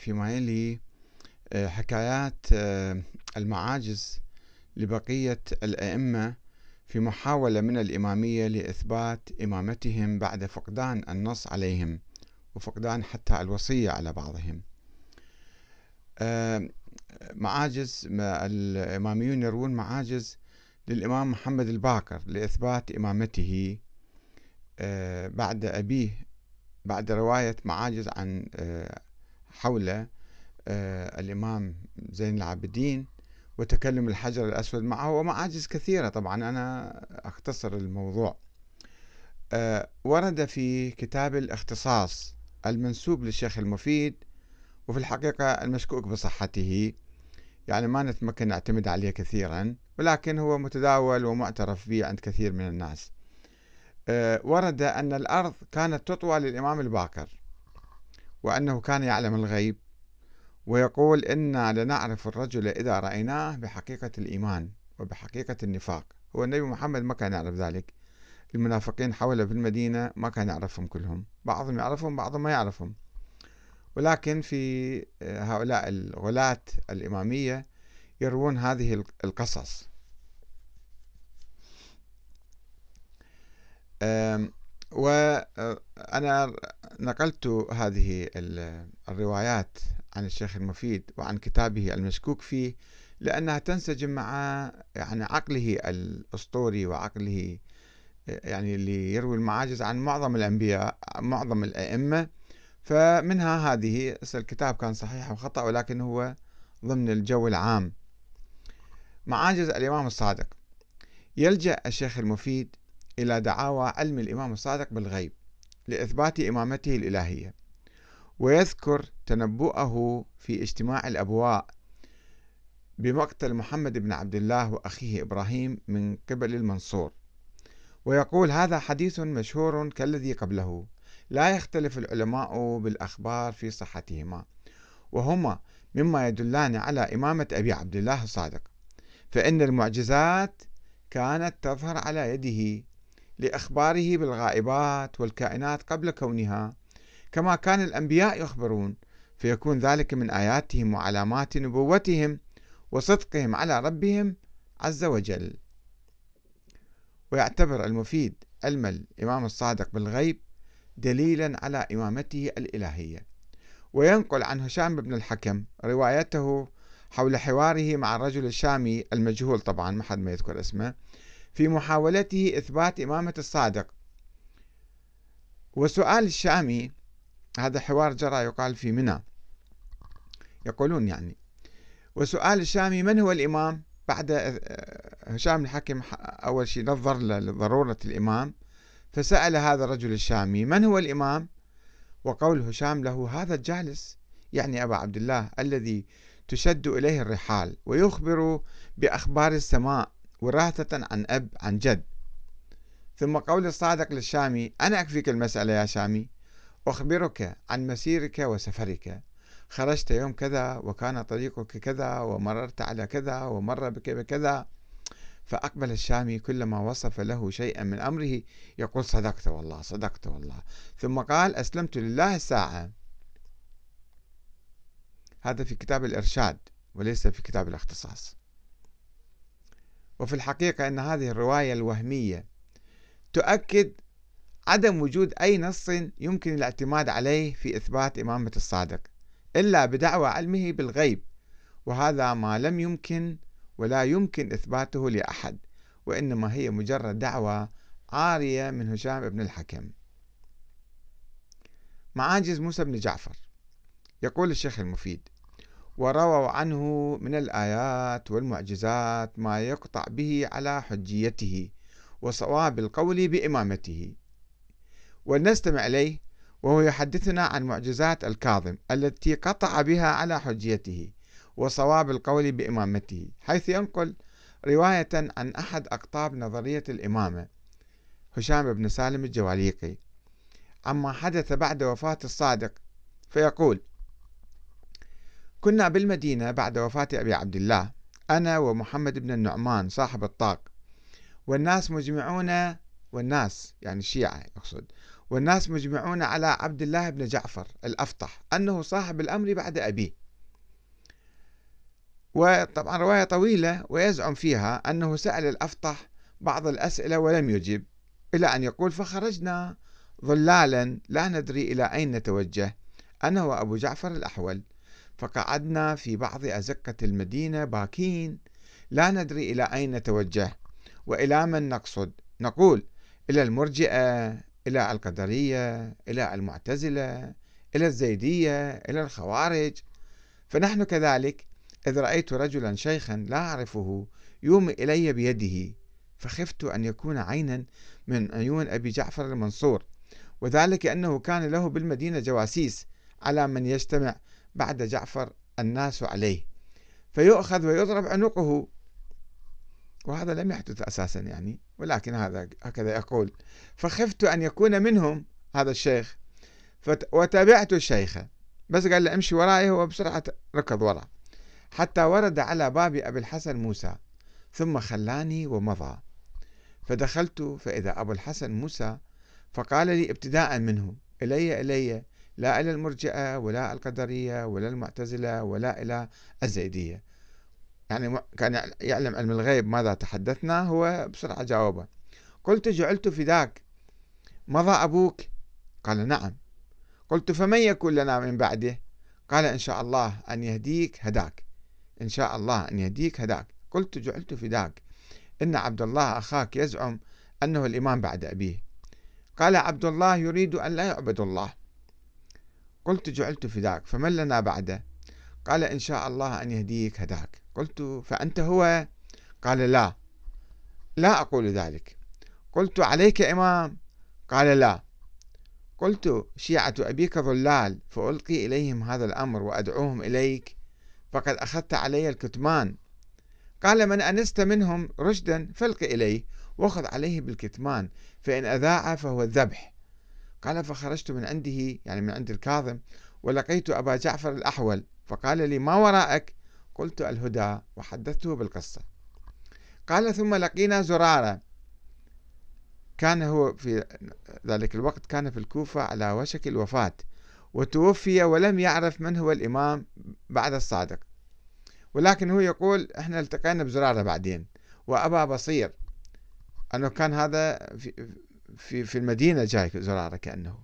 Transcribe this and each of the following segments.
فيما يلي حكايات المعاجز لبقية الأئمة في محاولة من الإمامية لإثبات إمامتهم بعد فقدان النص عليهم وفقدان حتى الوصية على بعضهم. معاجز الإماميون يروون معاجز للإمام محمد الباقر لإثبات إمامته بعد أبيه، بعد رواية معاجز عن حول الإمام زين العابدين وتكلم الحجر الأسود معه ومعاجز كثيرة. طبعا أنا أختصر الموضوع. ورد في كتاب الاختصاص المنسوب للشيخ المفيد، وفي الحقيقة المشكوك بصحته، يعني ما نتمكن نعتمد عليه كثيرا، ولكن هو متداول ومعترف به عند كثير من الناس. ورد أن الأرض كانت تطوى للإمام الباقر، وأنه كان يعلم الغيب، ويقول إنا لنعرف الرجل إذا رأيناه بحقيقة الإيمان وبحقيقة النفاق. هو النبي محمد ما كان يعرف ذلك، المنافقين حوله في المدينة ما كان يعرفهم كلهم، بعضهم يعرفهم بعضهم ما يعرفهم، ولكن في هؤلاء الغلاة الإمامية يروون هذه القصص. وأنا نقلت هذه الروايات عن الشيخ المفيد وعن كتابه المشكوك فيه لأنها تنسجم مع يعني عقله الأسطوري وعقله يعني اللي يروي المعاجز عن معظم الأنبياء، معظم الأئمة. فمنها هذه الكتاب كان صحيح وخطأ، ولكن هو ضمن الجو العام. معاجز الإمام الصادق. يلجأ الشيخ المفيد إلى دعاوى علم الإمام الصادق بالغيب لإثبات إمامته الإلهية، ويذكر تنبؤه في اجتماع الأبواء بمقتل محمد بن عبد الله وأخيه إبراهيم من قبل المنصور، ويقول هذا حديث مشهور كالذي قبله، لا يختلف العلماء بالأخبار في صحتهما، وهما مما يدلان على إمامة أبي عبد الله الصادق، فإن المعجزات كانت تظهر على يده لإخباره بالغائبات والكائنات قبل كونها، كما كان الأنبياء يخبرون، فيكون ذلك من آياتهم وعلامات نبوتهم وصدقهم على ربهم عز وجل. ويعتبر المفيد علم الإمام الصادق بالغيب دليلا على إمامته الإلهية، وينقل عن هشام بن الحكم روايته حول حواره مع الرجل الشامي المجهول، طبعا ما حد ما يذكر اسمه، في محاولته إثبات إمامة الصادق. وسؤال الشامي، هذا حوار جرى يقال في منى، يقولون يعني، وسؤال الشامي من هو الإمام؟ بعد هشام الحكم أول شيء نظر لضرورة الإمام، فسأل هذا الرجل الشامي من هو الإمام؟ وقول هشام له هذا الجالس، يعني أبا عبد الله الذي تشد إليه الرحال ويخبر بأخبار السماء وراثة عن أب عن جد. ثم قول الصادق للشامي أنا أكفيك المسألة يا شامي، أخبرك عن مسيرك وسفرك، خرجت يوم كذا وكان طريقك كذا ومررت على كذا ومر بك بكذا. فأقبل الشامي كلما وصف له شيئا من أمره يقول صدقت والله صدقت والله، ثم قال أسلمت لله الساعة. هذا في كتاب الإرشاد وليس في كتاب الاختصاص. وفي الحقيقة أن هذه الرواية الوهمية تؤكد عدم وجود أي نص يمكن الاعتماد عليه في إثبات إمامة الصادق إلا بدعوى علمه بالغيب، وهذا ما لم يمكن ولا يمكن إثباته لأحد، وإنما هي مجرد دعوى عارية من هشام بن الحكم. معاجز موسى بن جعفر. يقول الشيخ المفيد ورووا عنه من الآيات والمعجزات ما يقطع به على حجيته وصواب القول بإمامته، ولنستمع إليه وهو يحدثنا عن معجزات الكاظم التي قطع بها على حجيته وصواب القول بإمامته، حيث ينقل رواية عن أحد أقطاب نظرية الإمامة هشام بن سالم الجواليقي عما حدث بعد وفاة الصادق، فيقول كنا بالمدينة بعد وفاة أبي عبد الله أنا ومحمد بن النعمان صاحب الطاق، والناس مجمعون، والناس يعني الشيعة يقصد، والناس مجمعون على عبد الله بن جعفر الأفطح أنه صاحب الأمر بعد أبيه. وطبعا رواية طويلة، ويزعم فيها أنه سأل الأفطح بعض الأسئلة ولم يجب، إلى أن يقول: فخرجنا ظلالا لا ندري إلى أين نتوجه أنا وأبو جعفر الأحول، فقعدنا في بعض أزقة المدينة باكين لا ندري إلى أين نتوجه وإلى من نقصد، نقول: إلى المرجئة، إلى القدرية، إلى المعتزلة، إلى الزيدية، إلى الخوارج. فنحن كذلك، إذ رأيت رجلا شيخا لا أعرفه يومئ إلي بيده، فخفت أن يكون عينا من عيون أبي جعفر المنصور، وذلك أنه كان له بالمدينة جواسيس على من يجتمع بعد جعفر الناس عليه، فيؤخذ ويضرب عنقه. وهذا لم يحدث أساسا يعني، ولكن هكذا يقول: فخفت أن يكون منهم هذا الشيخ، وتابعت الشيخ، بس قال له امشي وراي، هو بسرعة ركض وراء حتى ورد على باب أبي الحسن موسى، ثم خلاني ومضى، فدخلت فإذا أبو الحسن موسى، فقال لي ابتداء منه: إلي لا إلى المرجئة ولا القدرية ولا المعتزلة ولا إلى الزيدية. يعني كان يعلم علم الغيب ماذا تحدثنا، هو بسرعة جاوبه. قلت: جعلت فداك، مضى أبوك؟ قال: نعم. قلت: فمن يكون لنا من بعده؟ قال: إن شاء الله أن يهديك هداك، إن شاء الله أن يهديك هداك. قلت: جعلت فداك، إن عبد الله أخاك يزعم أنه الإمام بعد أبيه. قال: عبد الله يريد أن لا يعبد الله. قلت: جعلت فداك، فمن لنا بعده؟ قال: إن شاء الله أن يهديك هداك. قلت: فأنت هو؟ قال: لا، لا أقول ذلك. قلت: عليك إمام؟ قال: لا. قلت: شيعة أبيك ضلال، فألقي إليهم هذا الأمر وأدعوهم إليك، فقد أخذت علي الكتمان. قال: من أنست منهم رشدا فالق إليه وأخذ عليه بالكتمان، فإن أذاع فهو الذبح. قال: فخرجت من عنده، يعني من عند الكاظم، ولقيت أبا جعفر الأحول، فقال لي: ما وراءك؟ قلت: الهدى، وحدثته بالقصة. قال: ثم لقينا زرارة، كان هو في ذلك الوقت كان في الكوفة على وشك الوفاة، وتوفي ولم يعرف من هو الإمام بعد الصادق، ولكن هو يقول: احنا التقينا بزرارة بعدين، وأبا بصير، أنه كان هذا في المدينة جاي زرارة كأنه،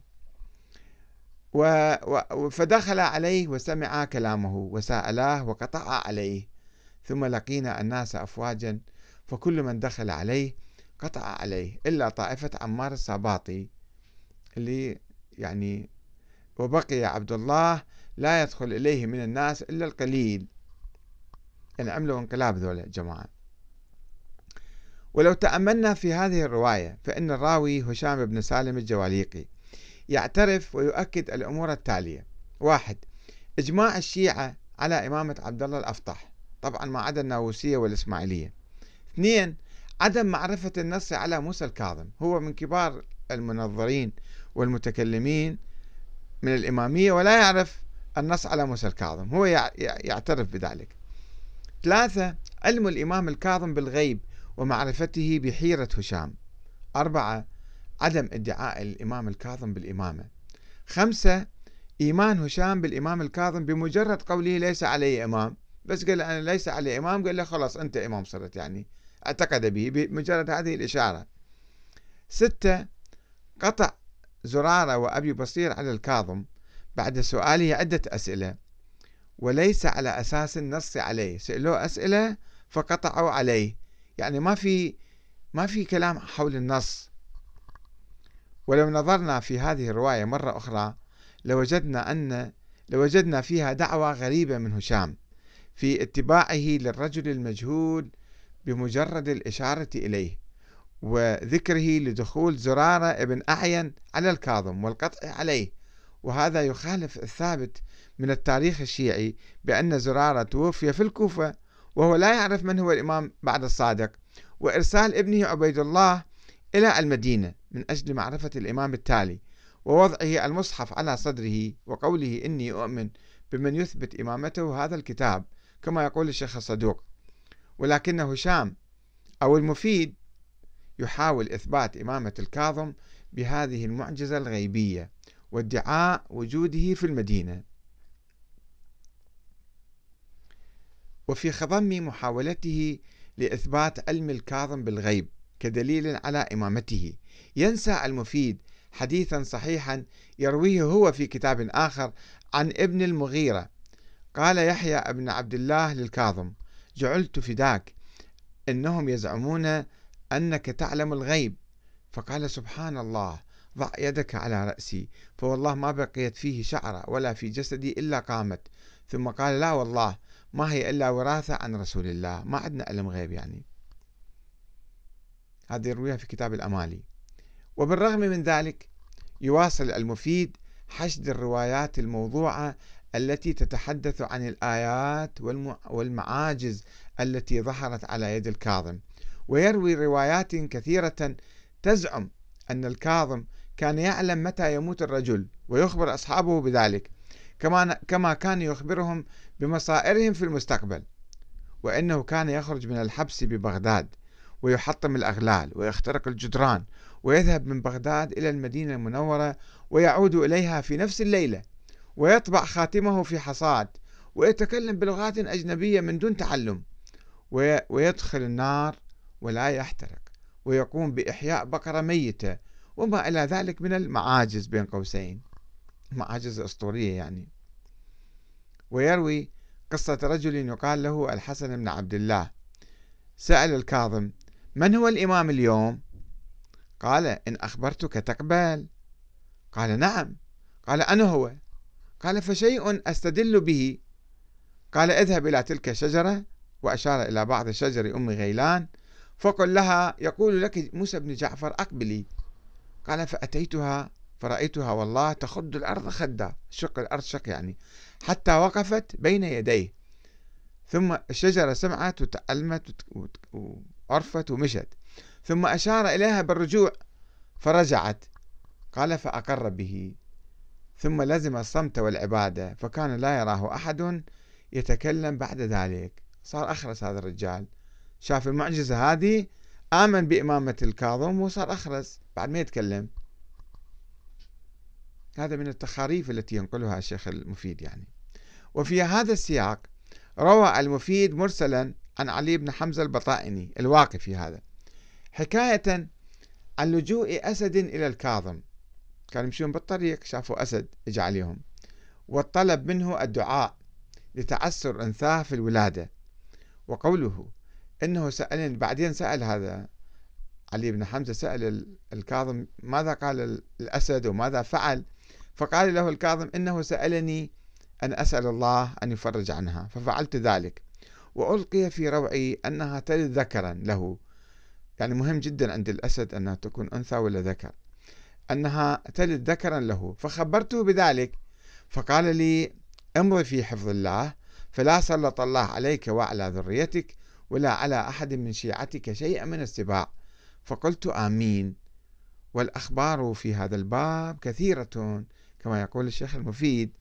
فدخل عليه وسمع كلامه وسألاه وقطع عليه، ثم لقينا الناس أفواجا، فكل من دخل عليه قطع عليه إلا طائفة عمار الصباطي اللي يعني، وبقي عبد الله لا يدخل إليه من الناس إلا القليل، يعني عملوا انقلاب ذولا الجماعة. ولو تأملنا في هذه الرواية، فإن الراوي هشام بن سالم الجواليقي يعترف ويؤكد الأمور التالية: 1. إجماع الشيعة على إمامة عبد الله الأفطح، طبعا ما عدا الناووسية والإسماعيلية. 2. عدم معرفة النص على موسى الكاظم، هو من كبار المنظرين والمتكلمين من الإمامية ولا يعرف النص على موسى الكاظم، هو يعترف بذلك. 3. علم الإمام الكاظم بالغيب ومعرفته بحيرة هشام. 4. عدم ادعاء الإمام الكاظم بالإمامة. 5. إيمان هشام بالإمام الكاظم بمجرد قوله ليس عليه إمام، بس قال أنا ليس عليه إمام، قال له خلاص أنت إمام صرت، يعني اعتقد به بمجرد هذه الإشارة. 6. قطع زرارة وأبي بصير على الكاظم بعد سؤاله عدة أسئلة، وليس على أساس النص عليه، سألوه أسئلة فقطعوا عليه، يعني ما في كلام حول النص. ولو نظرنا في هذه الرواية مرة أخرى لوجدنا فيها دعوة غريبة من هشام في اتباعه للرجل المجهول بمجرد الإشارة إليه، وذكره لدخول زرارة ابن أعين على الكاظم والقطع عليه، وهذا يخالف الثابت من التاريخ الشيعي بأن زرارة توفي في الكوفة وهو لا يعرف من هو الإمام بعد الصادق، وإرسال ابنه عبيد الله إلى المدينة من أجل معرفة الإمام التالي، ووضعه المصحف على صدره، وقوله إني أؤمن بمن يثبت إمامته هذا الكتاب كما يقول الشيخ الصدوق. ولكن هشام أو المفيد يحاول إثبات إمامة الكاظم بهذه المعجزة الغيبية وادعاء وجوده في المدينة. وفي خضم محاولته لإثبات علم الكاظم بالغيب كدليل على إمامته، ينسى المفيد حديثا صحيحا يرويه هو في كتاب آخر عن ابن المغيرة، قال يحيى ابن عبد الله للكاظم: جعلت فداك، إنهم يزعمون أنك تعلم الغيب. فقال: سبحان الله، ضع يدك على رأسي، فوالله ما بقيت فيه شعرة ولا في جسدي إلا قامت. ثم قال: لا والله، ما هي إلا وراثة عن رسول الله، ما عندنا علم غيب يعني. هذه يرويها في كتاب الأمالي. وبالرغم من ذلك يواصل المفيد حشد الروايات الموضوعة التي تتحدث عن الآيات والمعاجز التي ظهرت على يد الكاظم، ويروي روايات كثيرة تزعم أن الكاظم كان يعلم متى يموت الرجل ويخبر أصحابه بذلك، كما كان يخبرهم بمصائرهم في المستقبل، وأنه كان يخرج من الحبس ببغداد ويحطم الأغلال ويخترق الجدران ويذهب من بغداد إلى المدينة المنورة ويعود إليها في نفس الليلة ويطبع خاتمه في حصاد ويتكلم بلغات أجنبية من دون تعلم ويدخل النار ولا يحترق ويقوم بإحياء بقرة ميتة وما إلى ذلك من المعاجز بين قوسين، معاجز أسطورية يعني. ويروي قصة رجل يقال له الحسن بن عبد الله، سأل الكاظم: من هو الإمام اليوم؟ قال: إن أخبرتك تقبل؟ قال: نعم. قال: أنا هو. قال: فشيء أستدل به. قال: اذهب إلى تلك الشجرة، وأشار إلى بعض شجر أم غيلان، فقل لها: يقول لك موسى بن جعفر أقبلي. قال: فأتيتها فرأيتها والله تخض الأرض خدا، شق الأرض شق يعني، حتى وقفت بين يديه، ثم الشجرة سمعت وتألمت وعرفت ومشت، ثم أشار إليها بالرجوع فرجعت. قال: فأقر به، ثم لزم الصمت والعبادة، فكان لا يراه أحد يتكلم بعد ذلك. صار أخرس هذا الرجال، شاف المعجزة هذه، آمن بإمامة الكاظم وصار أخرس بعد ما يتكلم. هذا من التخاريف التي ينقلها الشيخ المفيد يعني. وفي هذا السياق روى المفيد مرسلا عن علي بن حمزة البطائني الواقفي هذا حكاية عن لجوء أسد إلى الكاظم. كانوا يمشون بالطريق، شافوا أسد اجى عليهم، والطلب منه الدعاء لتعسر أنثاه في الولادة. وقوله إنه سألني، بعدين سأل هذا علي بن حمزة، سأل الكاظم ماذا قال الأسد وماذا فعل، فقال له الكاظم: إنه سألني أن أسأل الله أن يفرج عنها ففعلت ذلك، وألقي في روعي أنها تلد ذكرا له، يعني مهم جدا عند الأسد أنها تكون أنثى ولا ذكر، أنها تلد ذكرا له، فخبرته بذلك، فقال لي: امضي في حفظ الله، فلا سلط الله عليك وعلى ذريتك ولا على أحد من شيعتك شيئا من السباع. فقلت: آمين. والأخبار في هذا الباب كثيرة كما يقول الشيخ المفيد.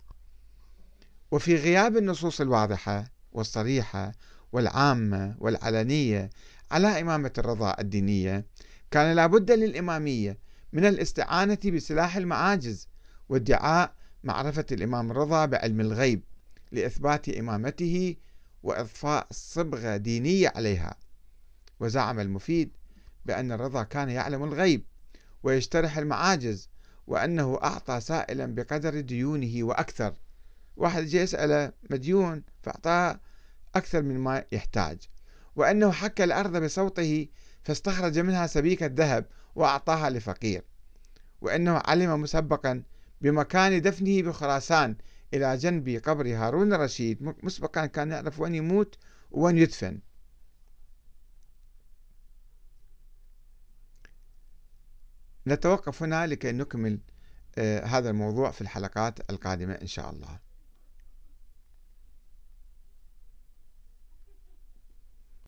وفي غياب النصوص الواضحة والصريحة والعامة والعلنية على إمامة الرضا الدينية، كان لابد للإمامية من الاستعانة بسلاح المعاجز وادعاء معرفة الإمام الرضا بعلم الغيب لإثبات إمامته وإضفاء صبغة دينية عليها. وزعم المفيد بأن الرضا كان يعلم الغيب ويشترح المعاجز، وأنه أعطى سائلا بقدر ديونه وأكثر. واحد جاء يسأله مديون فأعطاه أكثر من ما يحتاج، وأنه حك الأرض بصوته فاستخرج منها سبيكة ذهب وأعطاها لفقير، وأنه علم مسبقا بمكان دفنه بخراسان إلى جنب قبر هارون الرشيد، مسبقا كان يعرف وين يموت وين يدفن. نتوقف هنا لكي نكمل هذا الموضوع في الحلقات القادمة إن شاء الله.